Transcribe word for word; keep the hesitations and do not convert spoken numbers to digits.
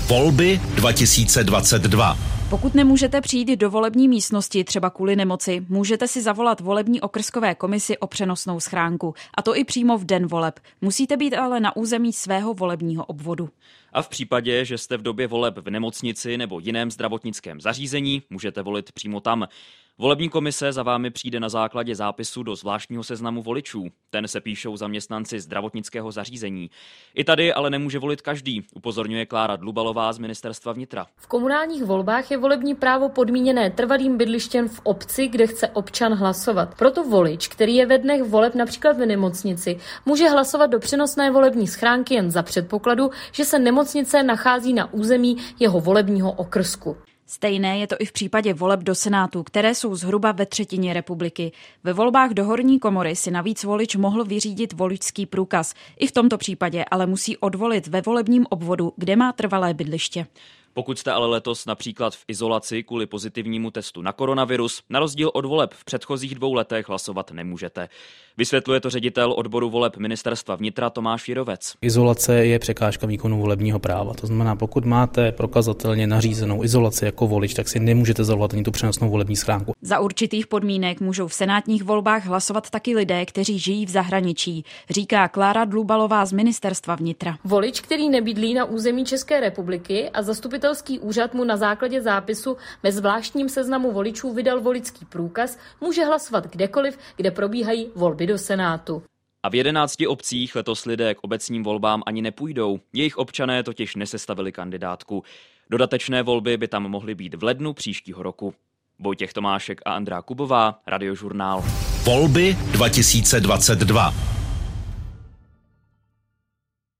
Volby dva tisíce dvacet dva. Pokud nemůžete přijít do volební místnosti třeba kvůli nemoci, můžete si zavolat volební okrskové komisi o přenosnou schránku. A to i přímo v den voleb. Musíte být ale na území svého volebního obvodu. A v případě, že jste v době voleb v nemocnici nebo jiném zdravotnickém zařízení, můžete volit přímo tam. Volební komise za vámi přijde na základě zápisu do zvláštního seznamu voličů. Ten se píšou zaměstnanci zdravotnického zařízení. I tady ale nemůže volit každý, upozorňuje Klára Dlubalová z Ministerstva vnitra. V komunálních volbách je volební právo podmíněné trvalým bydlištěm v obci, kde chce občan hlasovat. Proto volič, který je ve dnech voleb například v nemocnici, může hlasovat do přenosné volební schránky jen za předpokladu, že se nemocnice nachází na území jeho volebního okrsku. Stejné je to i v případě voleb do Senátu, které jsou zhruba ve třetině republiky. Ve volbách do horní komory si navíc volič mohl vyřídit voličský průkaz. I v tomto případě ale musí odvolit ve volebním obvodu, kde má trvalé bydliště. Pokud jste ale letos například v izolaci kvůli pozitivnímu testu na koronavirus, na rozdíl od voleb v předchozích dvou letech hlasovat nemůžete. Vysvětluje to ředitel odboru voleb Ministerstva vnitra Tomáš Jirovec. Izolace je překážka výkonu volebního práva. To znamená, pokud máte prokazatelně nařízenou izolaci jako volič, tak si nemůžete zavolat ani tu přenosnou volební schránku. Za určitých podmínek můžou v senátních volbách hlasovat taky lidé, kteří žijí v zahraničí, říká Klára Dlubalová z Ministerstva vnitra. Volič, který nebydlí na území České republiky a zastupitelský úřad mu na základě zápisu ve zvláštním seznamu voličů vydal voličský průkaz, může hlasovat kdekoliv, kde probíhají volby do Senátu. A v jedenácti obcích letos lidé k obecním volbám ani nepůjdou. Jejich občané totiž nesestavili kandidátku. Dodatečné volby by tam mohly být v lednu příštího roku. Vojtěch Tomášek a Andrá Kubová, Radiožurnál. Volby dva tisíce dvacet dva.